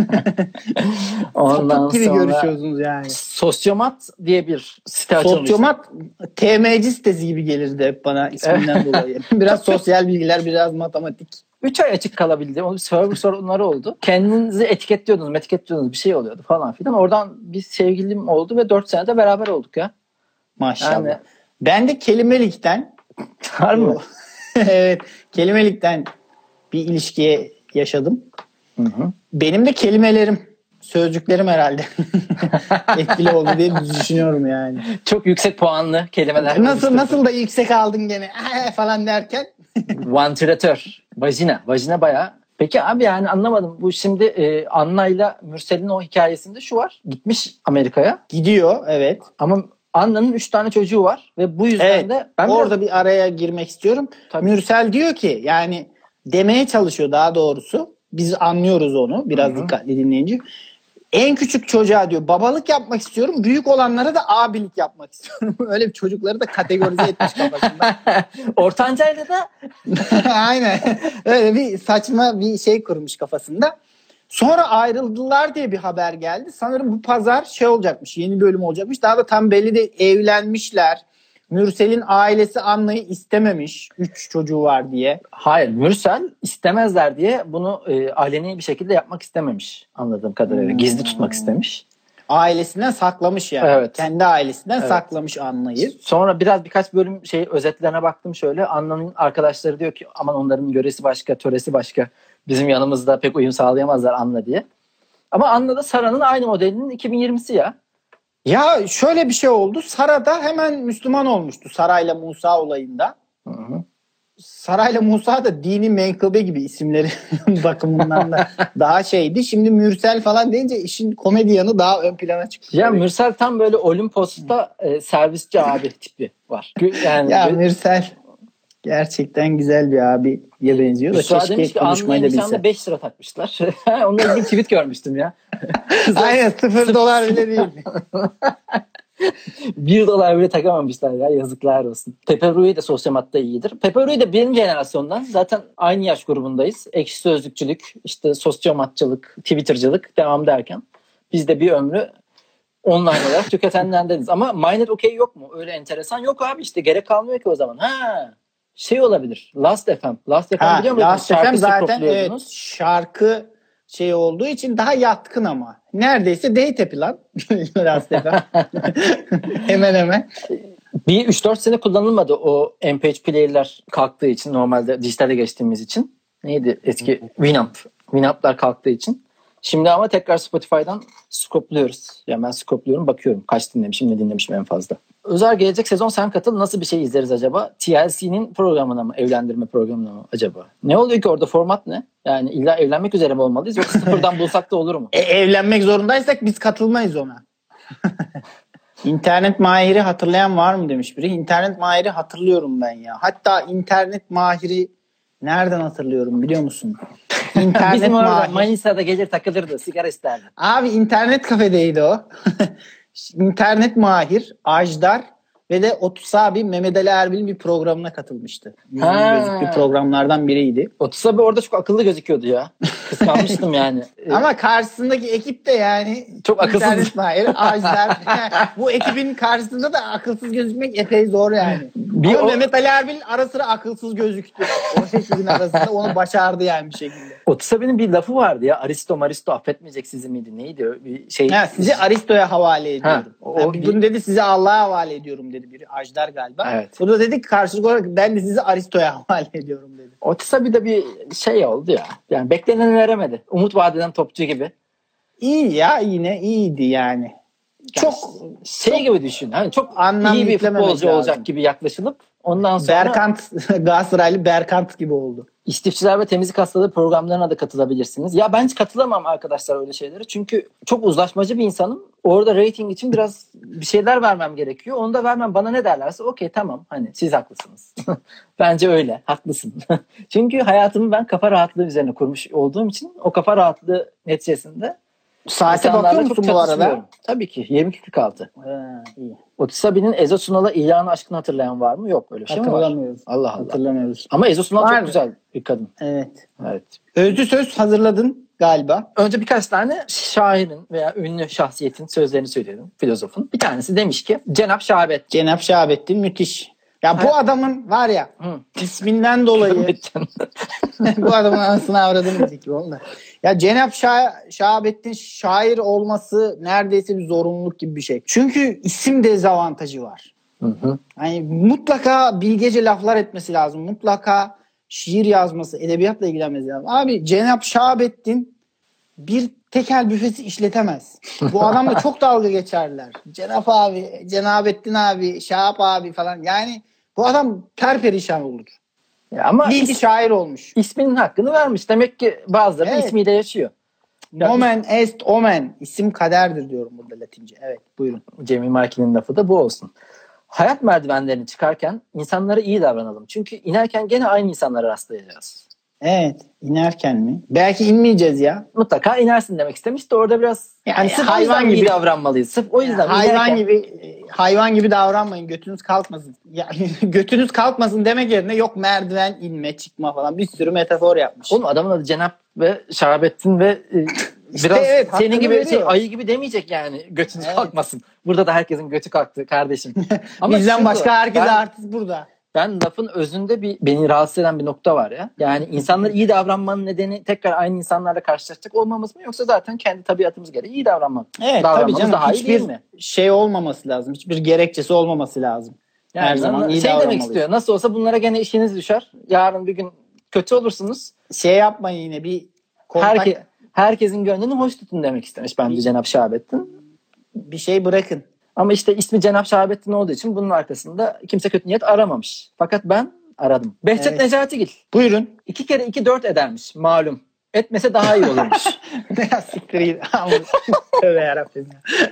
Ondan gibi görüşüyorsunuz yani. Sosyomat diye bir site açılmış. Sosyomat TMC sitesi gibi gelirdi hep bana isminden dolayı. Biraz sosyal bilgiler, biraz matematik. 3 ay açık kalabildi. O server sorunları oldu. Kendinizi etiketliyordunuz. Bir şey oluyordu falan filan. Oradan bir sevgilim oldu ve 4 senede beraber olduk ya. Maşallah. Yani, ben de Kelimelik'ten var mı? Evet. Kelimelik'ten bir ilişkiye yaşadım. Hı. Benim de kelimelerim, sözcüklerim herhalde etkili oldu diye düşünüyorum yani. Çok yüksek puanlı kelimeler. Nasıl da yüksek aldın gene falan derken. Vantilatör. Vajina bayağı. Peki abi yani anlamadım. Bu şimdi Anna'yla Mürsel'in o hikayesinde şu var. Gitmiş Amerika'ya. Gidiyor, evet. Ama Anna'nın 3 tane çocuğu var ve bu yüzden de ben orada bir araya girmek istiyorum. Tabii. Mürsel diyor ki, yani demeye çalışıyor daha doğrusu. Biz anlıyoruz onu biraz dikkatli dinleyince. En küçük çocuğa diyor babalık yapmak istiyorum. Büyük olanlara da abilik yapmak istiyorum. Öyle bir çocukları da kategorize etmiş kafasında. Ortancayla da aynen. Öyle bir saçma bir şey kurmuş kafasında. Sonra ayrıldılar diye bir haber geldi. Sanırım bu pazar şey olacakmış, yeni bölüm olacakmış. Daha da tam belli de, evlenmişler. Mürsel'in ailesi Anna'yı istememiş. 3 çocuğu var diye. Hayır, Mürsel istemezler diye bunu aleni bir şekilde yapmak istememiş anladığım kadarıyla. Gizli tutmak istemiş. Ailesinden saklamış yani. Evet. Kendi ailesinden saklamış Anna'yı. Sonra birkaç bölüm özetlerine baktım şöyle. Anna'nın arkadaşları diyor ki aman onların yöresi başka, töresi başka. Bizim yanımızda pek uyum sağlayamazlar Anna diye. Ama Anna da Sara'nın aynı modelinin 2020'si ya. Ya şöyle bir şey oldu. Sara da hemen Müslüman olmuştu Sara ile Musa olayında. Hı-hı. Sara ile Musa da dini menkıbe gibi isimleri bakımından da daha şeydi. Şimdi Mürsel falan deyince işin komedi yanı daha ön plana çıktı. Ya Mürsel tam böyle Olimpos'ta servisçi abi tipi var. Yani ya Mürsel gerçekten güzel bir abiye benziyor da keşke konuşmayı da bilse. 5 lira takmışlar. Onunla ilgili tweet görmüştüm ya. Aynen $0 bile değil. $1 bile takamamışlar ya, yazıklar olsun. Pepe Rui de sosyamatta iyidir. Pepe Rui de benim jenerasyondan, zaten aynı yaş grubundayız. Ekşi sözlükçülük, işte sosyomatçılık, Twitter'cılık devam derken biz de bir ömrü online olarak tüketenlerdeniz. Ama MyNet OK yok mu? Öyle enteresan. Yok abi, işte gerek kalmıyor ki o zaman. Şey olabilir. Last FM biliyor musunuz? Last FM zaten evet, şarkı şey olduğu için daha yatkın ama. Neredeyse date lan. Last FM. hemen. Bir 3-4 sene kullanılmadı o MP3 player'ler kalktığı için, normalde dijitale geçtiğimiz için. Neydi eski? Winamp'lar kalktığı için. Şimdi ama tekrar Spotify'dan skopluyoruz. Yani ben skopluyorum, bakıyorum kaç dinlemişim, ne dinlemişim en fazla. Özer, gelecek sezon sen katıl, nasıl bir şey izleriz acaba? TLC'nin programına mı, evlendirme programına mı acaba? Ne oluyor ki orada, format ne? Yani illa evlenmek üzere mi olmalıyız, yoksa sıfırdan bulsak da olur mu? Evlenmek zorundaysak biz katılmayız ona. İnternet Mahir'i hatırlayan var mı demiş biri. İnternet Mahir'i hatırlıyorum ben ya. Hatta İnternet Mahir'i nereden hatırlıyorum biliyor musun? Bizim orada Manisa'da gelir takılırdı, sigara isterdi. Abi internet kafedeydi o. İnternet Mahir, Ajdar ve de Otus abi Mehmet Ali Erbil'in bir programına katılmıştı. Gözüklü programlardan biriydi. Otus abi orada çok akıllı gözüküyordu ya. Kıskanmıştım yani. Ama karşısındaki ekip de yani çok akılsız. İnternet Mahir, Ajdar. Bu ekibin karşısında da akılsız gözükmek epey zor yani. Ama Mehmet Ali Erbil ara sıra akılsız gözüktü. O ekibin arasında onu başardı yani bir şekilde. Otus abinin bir lafı vardı ya. Aristo affetmeyecek sizi miydi? Neydi o? Bir şey. Sizi Aristo'ya havale ediyorum. Bunu dedi, sizi Allah'a havale ediyorum dedi biri. Ajdar galiba. Evet. Bu da dedi ki karşılık olarak ben de sizi Aristo'ya havale ediyorum dedi. Otus abi de bir şey oldu ya. Yani bekleneni veremedi. Umut vadeden topçu gibi. İyi ya, yine iyiydi yani. Çok gibi düşün. Hani çok iyi bir futbolcu olacak gibi yaklaşılıp ondan sonra Berkant, Galatasaraylı Berkant gibi oldu. İstifçiler ve temizlik hastalığı programlarına da katılabilirsiniz. Ya ben hiç katılamam arkadaşlar öyle şeylere. Çünkü çok uzlaşmacı bir insanım. Orada rating için biraz bir şeyler vermem gerekiyor. Onu da vermem. Bana ne derlerse okey, tamam. Hani siz haklısınız. Bence öyle. Haklısın. Çünkü hayatımı ben kafa rahatlığı üzerine kurmuş olduğum için o kafa rahatlığı neticesinde saate bakıyor musun bu arada? Tabii ki. 22.46. İyi. Otis abinin Ezo Sunal'a ilanı aşkını hatırlayan var mı? Yok, öyle bir şey mi var? Hatırlamıyoruz. Allah. Hatırlamıyoruz. Ama Ezo Sunal çok güzel bir kadın. Evet. Evet. Özlü söz hazırladın galiba. Önce birkaç tane şairin veya ünlü şahsiyetin sözlerini söyledim. Filozofun. Bir tanesi demiş ki Cenab Şahabettin. Cenab Şahabettin müthiş. Ya bu adamın var ya isminden dolayı bu adamın anasını avradını gibi oldu. Ya Cenab Şahabettin şair olması neredeyse bir zorunluluk gibi bir şey. Çünkü isim dezavantajı var. Yani mutlaka bilgece laflar etmesi lazım. Mutlaka şiir yazması, edebiyatla ilgilenmesi lazım. Abi Cenab Şahabettin bir tekel büfesi işletemez. Bu adamla çok dalga geçerler. Cenab abi, Cenabettin abi, Şahap abi falan. Yani bu adam perperişan olur. Ya ama bilgi şair olmuş. İsminin hakkını vermiş. Demek ki bazıları ismiyle yaşıyor. Nomen est omen. İsim kaderdir diyorum burada Latince. Evet, buyurun. Cemil Marki'nin lafı da bu olsun. Hayat merdivenlerini çıkarken insanlara iyi davranalım. Çünkü inerken gene aynı insanlara rastlayacağız. Evet. İnerken mi? Belki inmeyeceğiz ya. Mutlaka inersin demek istemiş de orada biraz Yani sırf hayvan o yüzden gibi iyi davranmalıyız. Sırf o yüzden hayvan gibi davranmayın. Götünüz kalkmasın. Ya, götünüz kalkmasın demek yerine yok merdiven inme, çıkma falan bir sürü metafor yapmış. Oğlum adamın adı Cenap ve Şahabettin ve İşte biraz evet, senin gibi veriyor. ayı gibi demeyecek yani. Götünüz kalkmasın. Burada da herkesin götü kalktı kardeşim. Ama bizden başka herkese artist burada. Ben lafın özünde beni rahatsız eden bir nokta var ya. Yani insanlar iyi davranmanın nedeni tekrar aynı insanlarla karşılaşacak olmamız mı? Yoksa zaten kendi tabiatımız gereği iyi davranmak. Evet tabii canım. Daha iyi değil hiçbir mi? şey olmaması lazım. Hiçbir gerekçesi olmaması lazım. Yani her zaman iyi demek istiyor. Nasıl olsa bunlara gene işiniz düşer. Yarın bir gün kötü olursunuz. Şey yapmayın yine bir kontak... Herkesin gönlünü hoş tutun demek istemiş bence Cenap Şahabettin. Bir şey bırakın. Ama işte ismi Cenap Şahabettin olduğu için bunun arkasında kimse kötü niyet aramamış. Fakat ben aradım. Behçet Necatigil. Buyurun. 2 kere 2 4 edermiş malum. Etmese daha iyi olurmuş. Ne siktir git. Tövbe yarabbim ya.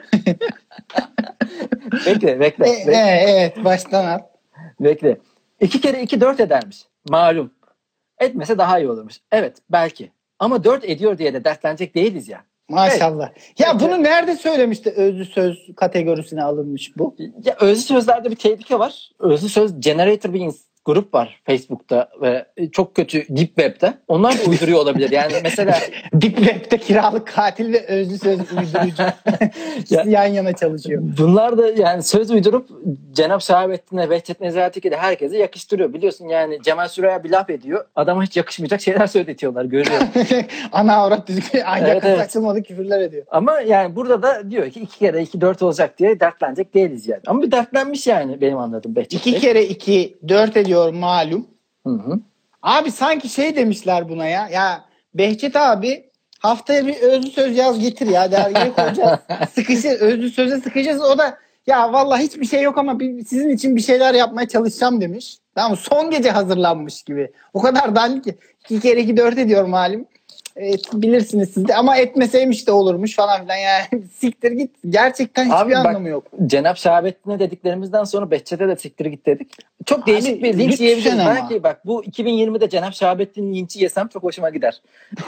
Bekle. Evet baştan al. Bekle. 2 kere 2 4 edermiş. Malum. Etmese daha iyi olurmuş. Evet belki. Ama 4 ediyor diye de dertlenecek değiliz ya. Maşallah. Evet. Ya bunu nerede söylemişti özlü söz kategorisine alınmış bu? Ya özlü sözlerde bir tehlike var. Özlü söz generator bir grup var Facebook'ta ve çok kötü Deep Web'de. Onlar da uyduruyor olabilir. Yani mesela Deep Web'de kiralık katil ve özlü söz uydurucu yan yana çalışıyor. Bunlar da yani söz uydurup Cenab-ı Şahabettin'e, Behçet Necatigil'e herkese yakıştırıyor. Biliyorsun yani Cemal Süreyya bir laf ediyor. Adama hiç yakışmayacak şeyler söyletiyorlar. Görüyorum. Ana avrat düzgün yakası açılmadı küfürler ediyor. Ama yani burada da diyor ki 2 kere 2 4 olacak diye dertlenecek değiliz yani. Ama bir dertlenmiş yani benim anladığım Behçet. 2 kere 2 4 ediyor malum. Hı. Abi sanki şey demişler buna ya. Ya Behçet abi haftaya bir özlü söz yaz getir ya dergiye koyacağız. Özlü söze sıkacağız. O da ya vallahi hiçbir şey yok ama sizin için bir şeyler yapmaya çalışacağım demiş. Tamam son gece hazırlanmış gibi. O kadar dandik ki 2 kere 2 4 ediyor malum. Bilirsiniz siz de ama etmeseymiş de olurmuş falan filan yani siktir git gerçekten hiçbir abi anlamı yok. Cenab-ı Şahabettin'e dediklerimizden sonra Behçet'e de siktir git dedik. Çok değişik bir linç yiyebiliriz. Belki bak bu 2020'de Cenab-ı Şahabettin'in linçi yesem çok hoşuma gider.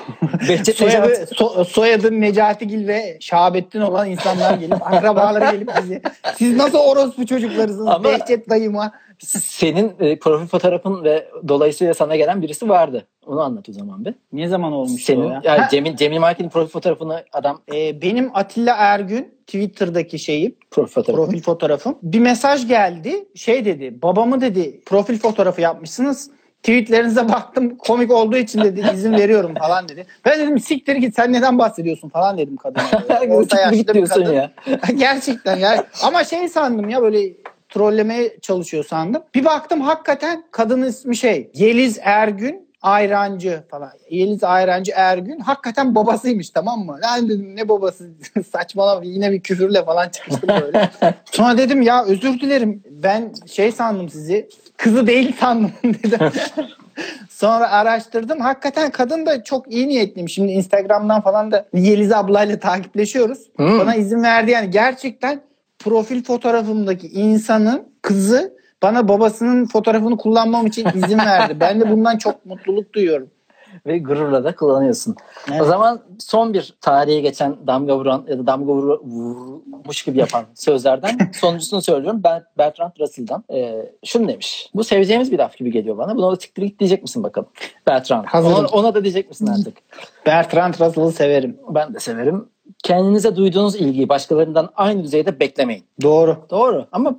Soyadı Necatigil ve Şahabettin olan insanlar gelip akrabaları gelip bizi siz nasıl orospu çocuklarısınız ama Behçet dayıma. Senin profil fotoğrafın ve dolayısıyla sana gelen birisi vardı. Onu anlat o zaman be. Ne zaman olmuş senin ya? Yani Cemil Markin'in profil fotoğrafını adam... benim Atilla Ergün Twitter'daki profil fotoğrafım. Bir mesaj geldi. Şey dedi. Babamı dedi profil fotoğrafı yapmışsınız. Tweetlerinize baktım komik olduğu için dedi izin veriyorum falan dedi. Ben dedim siktir git sen neden bahsediyorsun falan dedim kadına. Orta yaşlı bir kadın. Ya. Gerçekten ya. Ama şey sandım ya böyle trollemeye çalışıyor sandım. Bir baktım hakikaten kadının ismi Yeliz Ergün Ayrancı falan. Yeliz Ayrancı Ergün. Hakikaten babasıymış tamam mı? Ben dedim ne babası saçmalama yine bir küfürle falan çıkıştım böyle. Sonra dedim ya özür dilerim ben sandım sizi. Kızı değil sandım dedim. Sonra araştırdım. Hakikaten kadın da çok iyi niyetliyim. Şimdi Instagram'dan falan da Yeliz ablayla takipleşiyoruz. Bana izin verdi yani gerçekten profil fotoğrafımdaki insanın kızı bana babasının fotoğrafını kullanmam için izin verdi. Ben de bundan çok mutluluk duyuyorum. Ve gururla da kullanıyorsun. Evet. O zaman son bir tarihe geçen damga vuran ya da damga vurmuş gibi yapan sözlerden sonuncusunu söylüyorum. Bertrand Russell'dan. Şunu demiş. Bu seveceğimiz bir laf gibi geliyor bana. Buna da çıktı git diyecek misin bakalım? Bertrand. Ona da diyecek misin artık? Bertrand Russell'ı severim. Ben de severim. Kendinize duyduğunuz ilgiyi başkalarından aynı düzeyde beklemeyin. Doğru. Ama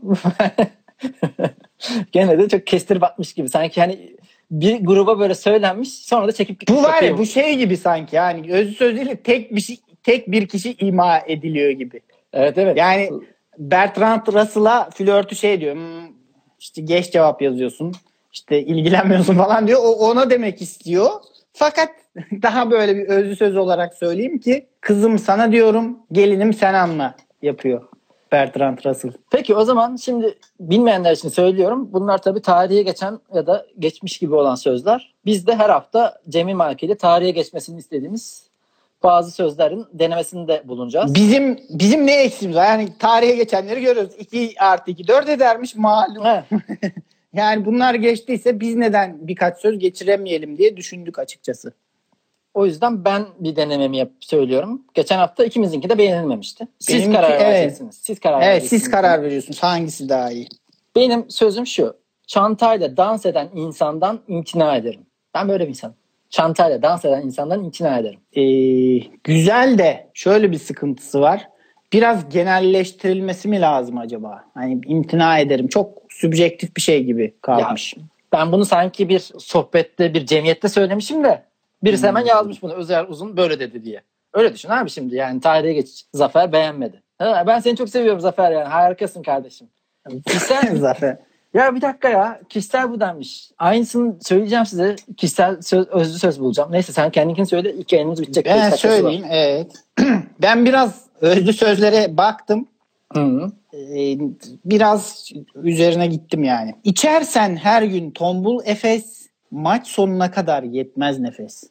gene de çok kestirip atmış gibi. Sanki hani bir gruba böyle söylenmiş sonra da çekip gitmiş. Bu var ya bu gibi sanki yani özlü söz değil tek bir kişi ima ediliyor gibi. Evet. Yani Bertrand Russell'a flörtü diyor. İşte geç cevap yazıyorsun. İşte ilgilenmiyorsun falan diyor. O ona demek istiyor. Fakat daha böyle bir özlü söz olarak söyleyeyim ki kızım sana diyorum gelinim sen anla yapıyor Bertrand Russell. Peki o zaman şimdi bilmeyenler için söylüyorum. Bunlar tabii tarihe geçen ya da geçmiş gibi olan sözler. Biz de her hafta Cemil Marki'yle tarihe geçmesini istediğimiz bazı sözlerin denemesinde bulunacağız. Bizim ne eksiğimiz var? Yani tarihe geçenleri görüyoruz. 2 + 2 4 edermiş malum. Yani bunlar geçtiyse biz neden birkaç söz geçiremeyelim diye düşündük açıkçası. O yüzden ben bir denememi söylüyorum. Geçen hafta ikimizinki de beğenilmemişti. Siz Benimki, karar evet. vereceksiniz. Evet, siz karar veriyorsunuz. Hangisi daha iyi? Benim sözüm şu. Çantayla dans eden insandan imtina ederim. Ben böyle bir insanım. Çantayla dans eden insandan imtina ederim. Güzel de şöyle bir sıkıntısı var. Biraz genelleştirilmesi mi lazım acaba? Hani imtina ederim. Çok sübjektif bir şey gibi kalmış. Ya, ben bunu sanki bir sohbette, bir cemiyette söylemişim de birisi hemen yazmış bunu. Özer Uzun böyle dedi diye. Öyle düşün abi şimdi. Yani tarihe geç. Zafer beğenmedi. Ha, ben seni çok seviyorum Zafer yani. Harikasın kardeşim. Kişisel, Zafer. ya bir dakika ya. Kişisel bu denmiş. Aynısını söyleyeceğim size. Kişisel söz, özlü söz bulacağım. Neyse sen kendininkini söyle. İlk yayınımız bitecek. Ben söyleyeyim. Var. Evet. Ben biraz özlü sözlere baktım. Hı. Biraz üzerine gittim yani. İçersen her gün tombul Efes, maç sonuna kadar yetmez nefes.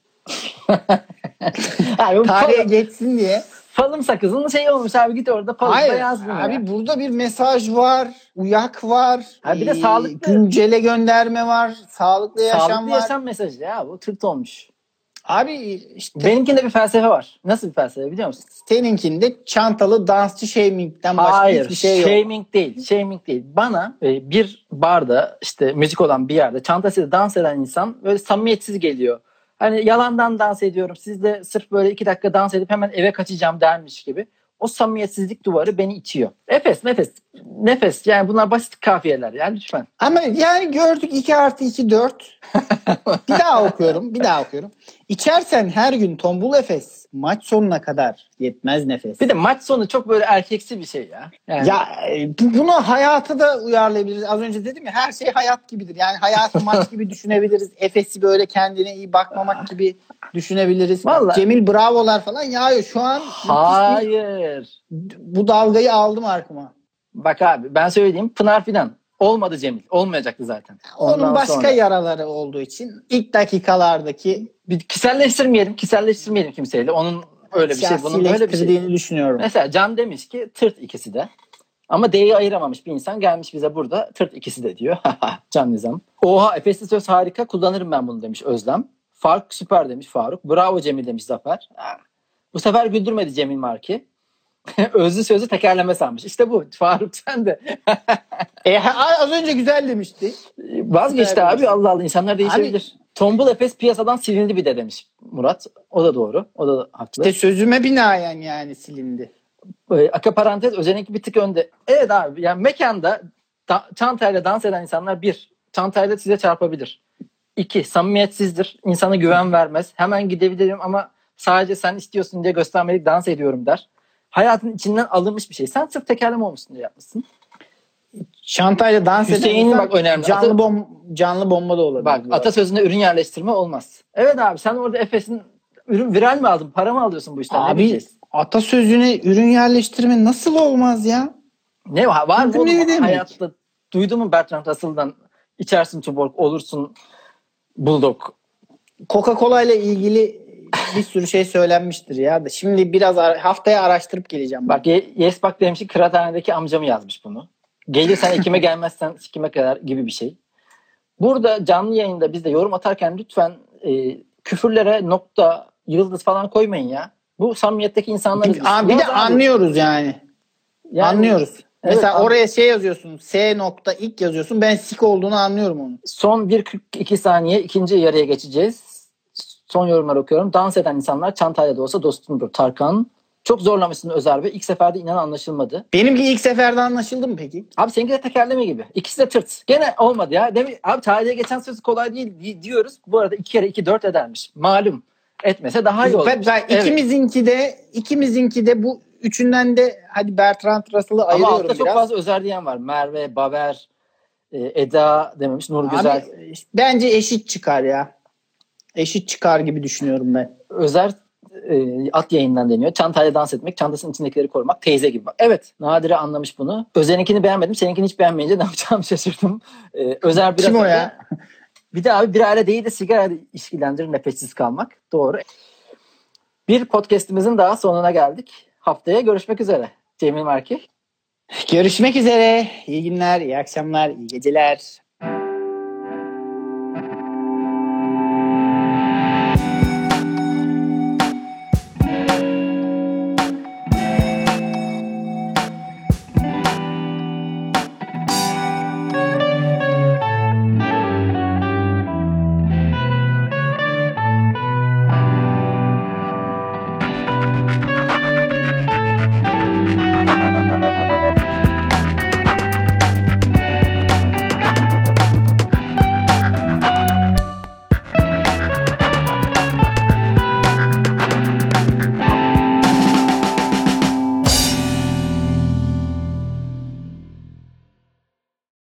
Abi, tarihe geçsin diye. Falım sakızın şey olmuş abi, git orada falımda yaz bunu. Abi ya. Burada bir mesaj var, uyak var. Abi bir de sağlıklı. Güncele gönderme var, sağlıklı yaşam var. Sağlıklı yaşam mesajı ya, bu tırt olmuş. Abi işte. Benimkinde bir felsefe var. Nasıl bir felsefe biliyor musun? Seninkinde çantalı dansçı shaming'den başka hiçbir şey yok. Shaming değil. Shaming değil. Bana bir barda işte müzik olan bir yerde çantasıyla dans eden insan böyle samimiyetsiz geliyor. Hani yalandan dans ediyorum. Siz de sırf böyle 2 dakika dans edip hemen eve kaçacağım dermiş gibi. O samimiyetsizlik duvarı beni itiyor. Nefes. Yani bunlar basit kafiyeler yani lütfen. Ama yani gördük 2 + 2 4. Bir daha okuyorum. İçersen her gün tombul Efes, maç sonuna kadar yetmez nefes. Bir de maç sonu çok böyle erkeksi bir şey ya. Yani... Ya bunu hayata da uyarlayabiliriz. Az önce dedim ya, her şey hayat gibidir. Yani hayatı maç gibi düşünebiliriz. Efes'i böyle kendine iyi bakmamak gibi düşünebiliriz. Vallahi... Cemil bravolar falan yağıyor şu an. Hayır. Bu dalgayı aldım arkama. Bak abi ben söyleyeyim, Pınar Fidan. Olmadı Cemil. Olmayacaktı zaten. Onun başka yaraları olduğu için ilk dakikalardaki... Bir kişiselleştirmeyelim kimseyle. Onun öyle bir şey. Bunun böyle bir şey düşünüyorum. Mesela Can demiş ki tırt ikisi de. Ama D'yi ayıramamış bir insan gelmiş bize burada tırt ikisi de diyor. Can Nizam. Oha Efesli söz harika, kullanırım ben bunu demiş Özlem. Faruk süper demiş Faruk. Bravo Cemil demiş Zafer. Bu sefer güldürmedi Cemil Marki. Özlü sözü tekerleme sanmış. İşte bu. Faruk sen de. Az önce güzel demişti. Vazgeçti abi. Allah Allah, insanlar değişebilir. Abi, tombul Efes piyasadan silindi bir de demiş Murat. O da doğru. O da haklı. İşte sözüme binaen yani silindi. Akaparantez özellikle bir tık önde. Evet abi yani mekanda çantayla dans eden insanlar 1. Çantayla size çarpabilir. 2. Samimiyetsizdir. İnsana güven vermez. Hemen gidebilirim ama sadece sen istiyorsun diye göstermelik dans ediyorum der. Hayatın içinden alınmış bir şey. Sen sırf tekerleme olmuşsun diye yapmışsın. Çantayla dans eden bak önemli. Canlı bomba da olabilir. Bak atasözünde ürün yerleştirme olmaz. Evet abi sen orada Efes'in ürün viral mi aldın? Para mı alıyorsun bu işten? Abi atasözüne ürün yerleştirme nasıl olmaz ya? Ne var mı hayatta? Duydun mu Bertrand Russell'dan içersin Tuborg, olursun Bulldog? Coca-Cola ile ilgili bir sürü şey söylenmiştir ya. Şimdi biraz haftaya araştırıp geleceğim. Bak Yes bak demiş ki kıraathanedeki amcamı yazmış bunu. Gelirsen ekime gelmezsen sikime kadar gibi bir şey. Burada canlı yayında biz de yorum atarken lütfen küfürlere nokta, yıldız falan koymayın ya. Bu samimiyetteki insanlarız. Bir de anlıyoruz yani. Anlıyoruz. Evet, mesela oraya şey yazıyorsun. S nokta ilk yazıyorsun. Ben sik olduğunu anlıyorum onu. Son 1:42 saniye ikinci yarıya geçeceğiz. Son yorumlar okuyorum. Dans eden insanlar çantayla da olsa dostumdur. Tarkan. Çok zorlamışsın Özer Bey. İlk seferde inan anlaşılmadı. Benimki ilk seferde anlaşıldı mı peki? Abi seninki de tekerleme gibi. İkisi de tırt. Gene olmadı ya. Abi tarihe geçen söz kolay değil diyoruz. Bu arada 2 kere 2 4 edermiş. Malum. Etmese daha iyi olur. Evet. İkimizinki de bu üçünden de hadi Bertrand Russell'ı ayırıyorum biraz. Ama altta çok fazla Özer diyen var. Merve, Baver, Eda dememiş. Nur Güzel. Bence eşit çıkar ya. Eşit çıkar gibi düşünüyorum ben. Özer at yayından deniyor. Çantayla dans etmek, çantasının içindekileri korumak, teyze gibi. Evet, Nadire anlamış bunu. Özer'inkini beğenmedim. Seninkini hiç beğenmeyince ne yapacağımı şaşırdım. Özer biraz... Kim o ya? Bir de abi bir aile değil de sigara ilişkilendirir nefessiz kalmak. Doğru. Bir podcast'imizin daha sonuna geldik. Haftaya görüşmek üzere. Cemil Marki. Görüşmek üzere. İyi günler, iyi akşamlar, iyi geceler.